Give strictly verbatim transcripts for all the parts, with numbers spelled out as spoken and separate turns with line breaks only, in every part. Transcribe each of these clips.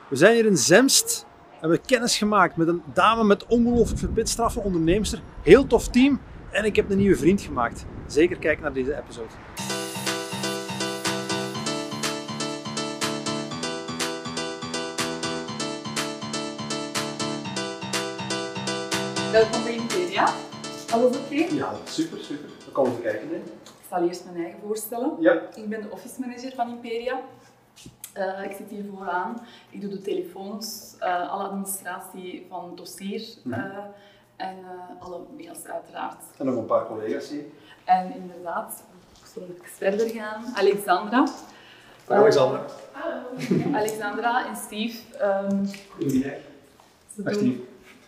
We zijn hier in Zemst en we hebben kennis gemaakt met een dame met ongelooflijk veel pitstraffen, onderneemster. Heel tof team en ik heb een nieuwe vriend gemaakt. Zeker kijk naar deze episode.
Welkom bij Imperia. Alles oké? Okay?
Ja, super, super. We komen even kijken. Hè?
Ik zal eerst mijn eigen voorstellen.
Ja.
Ik ben de office manager van Imperia. Uh, ik zit hier vooraan. Ik doe de telefoons, uh, alle administratie van het dossier uh, en uh, alle mails uiteraard.
En nog een paar collega's hier.
En inderdaad, ik zal even verder gaan. Alexandra.
Uh, Alexandra.
Hallo. Alexandra en Steve. Um,
Goedemiddag.
Ze doen, Steve.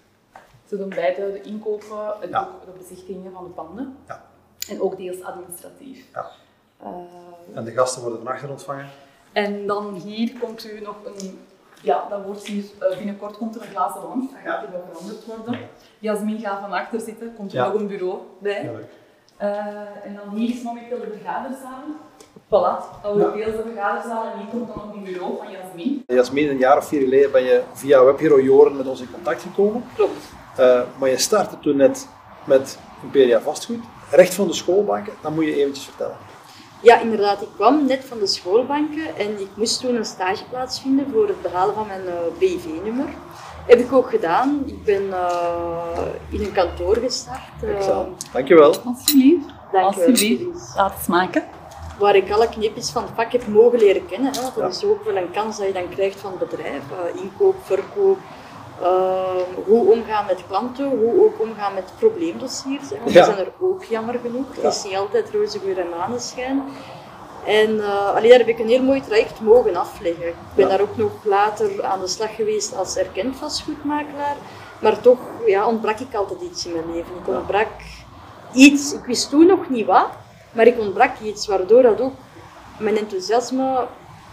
Ze doen beide de inkopen en
ja.
ook de bezichtigingen van de panden.
Ja.
En ook deels administratief.
Ja.
Uh,
en de gasten worden van achter ontvangen.
En dan hier komt u nog een, ja, dat wordt hier, uh, binnenkort komt er een glazen wand, dat gaat hier nog veranderd worden. Jasmin gaat van achter zitten, komt er ja. nog een bureau bij.
Ja,
uh, en dan hier is momenteel de vergaderzaal. Voilà, Europese vergaderzaal en hier komt dan nog een bureau van Jasmin.
Jasmin, een jaar of vier geleden ben je via Webhero Joren met ons in contact gekomen.
Klopt.
Uh, maar je startte toen net met Imperia Vastgoed, recht van de schoolbanken, dat moet je eventjes vertellen.
Ja, inderdaad. Ik kwam net van de schoolbanken en ik moest toen een stageplaats vinden voor het behalen van mijn uh, B V-nummer. Heb ik ook gedaan. Ik ben uh, in een kantoor gestart.
Uh, Dankjewel.
Alsjeblieft.
Dankjewel.
Alsjeblieft. Laat het smaken.
Waar ik alle knipjes van het vak heb mogen leren kennen. Hè, want dat ja. is ook wel een kans dat je dan krijgt van het bedrijf. Uh, inkoop, verkoop. Uh, hoe omgaan met klanten, hoe ook omgaan met probleemdossiers. Hè, want ja. die zijn er ook jammer genoeg. Het ja. is niet altijd roze geur en maneschijn. En uh, allee, daar heb ik een heel mooi traject mogen afleggen. Ik ben ja. daar ook nog later aan de slag geweest als erkend vastgoedmakelaar. Maar toch ja, ontbrak ik altijd iets in mijn leven. Ik ontbrak iets, ik wist toen nog niet wat, maar ik ontbrak iets waardoor dat ook mijn enthousiasme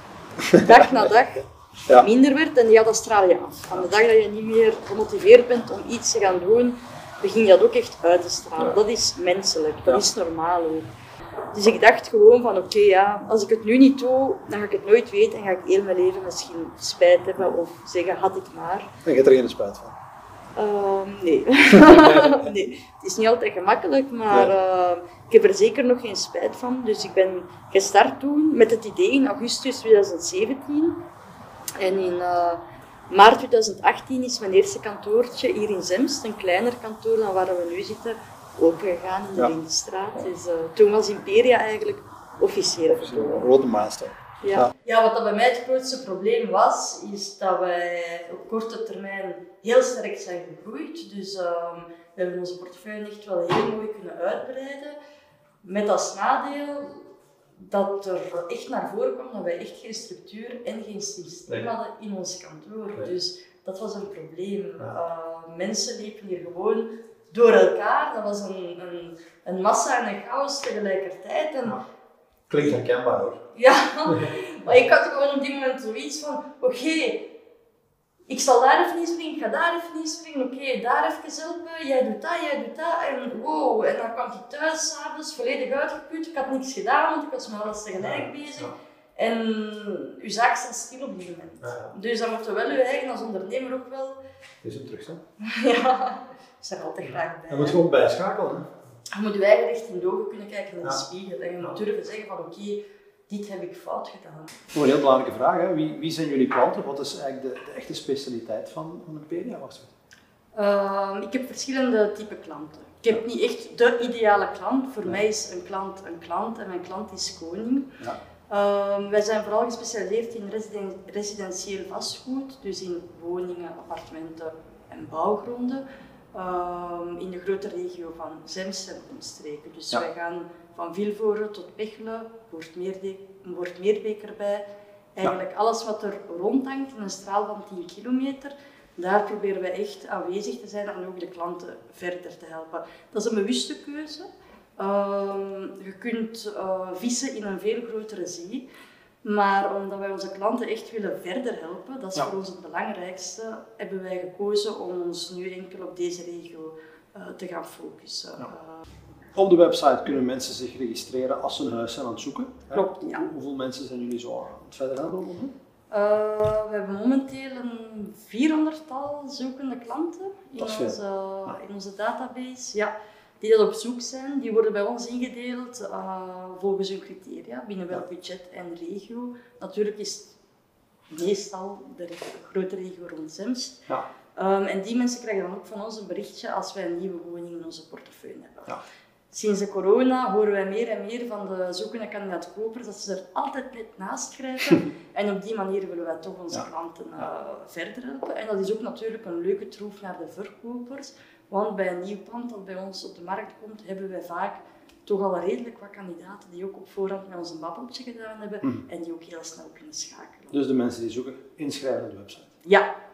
dag na dag Ja. minder werd en ja, dat straal je af. Aan de dag dat je niet meer gemotiveerd bent om iets te gaan doen, begin je dat ook echt uit te stralen. Ja. Dat is menselijk, dat ja. is normaal ook. Dus ik dacht gewoon van oké, okay, ja, als ik het nu niet doe, dan ga ik het nooit weten en ga ik heel mijn leven misschien spijt hebben of zeggen had ik maar.
En je hebt er geen spijt van?
Uh, nee. nee. Het is niet altijd gemakkelijk, maar uh, ik heb er zeker nog geen spijt van. Dus ik ben gestart toen met het idee in augustus twintig zeventien. En in uh, maart twintig achttien is mijn eerste kantoortje hier in Zemst, een kleiner kantoor dan waar we nu zitten, opengegaan in de ja. Lindenstraat. Dus uh, toen was Imperia eigenlijk officieel
gekomen. Rode milestone.
Ja. Ja. ja, wat dat bij mij het grootste probleem was, is dat wij op korte termijn heel sterk zijn gegroeid. Dus uh, we hebben onze portefeuille echt wel heel mooi kunnen uitbreiden. Met als nadeel dat er echt naar voren kwam dat wij echt geen structuur en geen systeem nee. hadden in ons kantoor. Nee. Dus dat was een probleem. Ja. Uh, mensen liepen hier gewoon door elkaar. Dat was een, een, een massa en een chaos tegelijkertijd. En
ja. Klinkt herkenbaar hoor.
Ja, maar ik had gewoon op die moment zoiets van, oké, okay, ik zal daar even inspringen, ik ga daar even inspringen, oké, okay, daar even helpen, jij doet dat, jij doet dat, en wow. En dan kwam ik thuis, s'avonds, volledig uitgeput, ik had niks gedaan, want ik was met alles tegelijk ja, bezig. Ja. En uw zaak staat stil op die moment. Ja, ja. Dus dan moet je wel je eigen als ondernemer ook wel...
Is het terug, hè?
Ja, ik sta er altijd graag bij.
Je moet gewoon bijschakelen, hè?
Je moet je eigen recht in de ogen kunnen kijken naar de ja. spiegel. En je moet durven zeggen van, oké, okay, dit heb ik fout gedaan.
Nog een heel belangrijke vraag, hè? Wie, wie zijn jullie klanten? Wat is eigenlijk de, de echte specialiteit van, van Imperia?
Uh, ik heb verschillende type klanten. Ik heb niet echt de ideale klant. Voor ja. mij is een klant een klant en mijn klant is koning. Ja. Uh, wij zijn vooral gespecialiseerd in residen residentieel vastgoed, dus in woningen, appartementen en bouwgronden. Uh, in de grote regio van Zemst en omstreken. Dus ja. wij gaan van Vilvoorde tot Pechelen, wordt Meerbeek erbij. Eigenlijk ja. alles wat er rondhangt in een straal van tien kilometer, daar proberen wij echt aanwezig te zijn en ook de klanten verder te helpen. Dat is een bewuste keuze. Uh, je kunt uh, vissen in een veel grotere zee. Maar omdat wij onze klanten echt willen verder helpen, dat is ja. voor ons het belangrijkste, hebben wij gekozen om ons nu enkel op deze regio uh, te gaan focussen. Ja.
Uh, op de website kunnen mensen zich registreren als ze een huis zijn aan het zoeken.
Klopt,
Hoe,
ja.
Hoeveel mensen zijn jullie zo aan het verder helpen?
Uh, we we hebben momenteel een vierhonderdtal zoekende klanten in onze,
ja.
in onze database. Ja, die dat op zoek zijn. Die worden bij ons ingedeeld uh, volgens hun criteria, binnen welk budget en regio. Natuurlijk is het meestal de grote regio rond Zemst.
Ja.
Um, en die mensen krijgen dan ook van ons een berichtje als wij een nieuwe woning in onze portefeuille hebben.
Ja.
Sinds de corona horen wij meer en meer van de zoekende kandidaat-kopers dat ze er altijd net naast grijpen. En op die manier willen wij toch onze
ja.
klanten uh, verder helpen. En dat is ook natuurlijk een leuke troef naar de verkopers. Want bij een nieuw pand dat bij ons op de markt komt, hebben wij vaak toch al redelijk wat kandidaten die ook op voorhand met ons een babbeltje gedaan hebben. Mm. En die ook heel snel kunnen schakelen.
Dus de mensen die zoeken, inschrijven op de website?
Ja.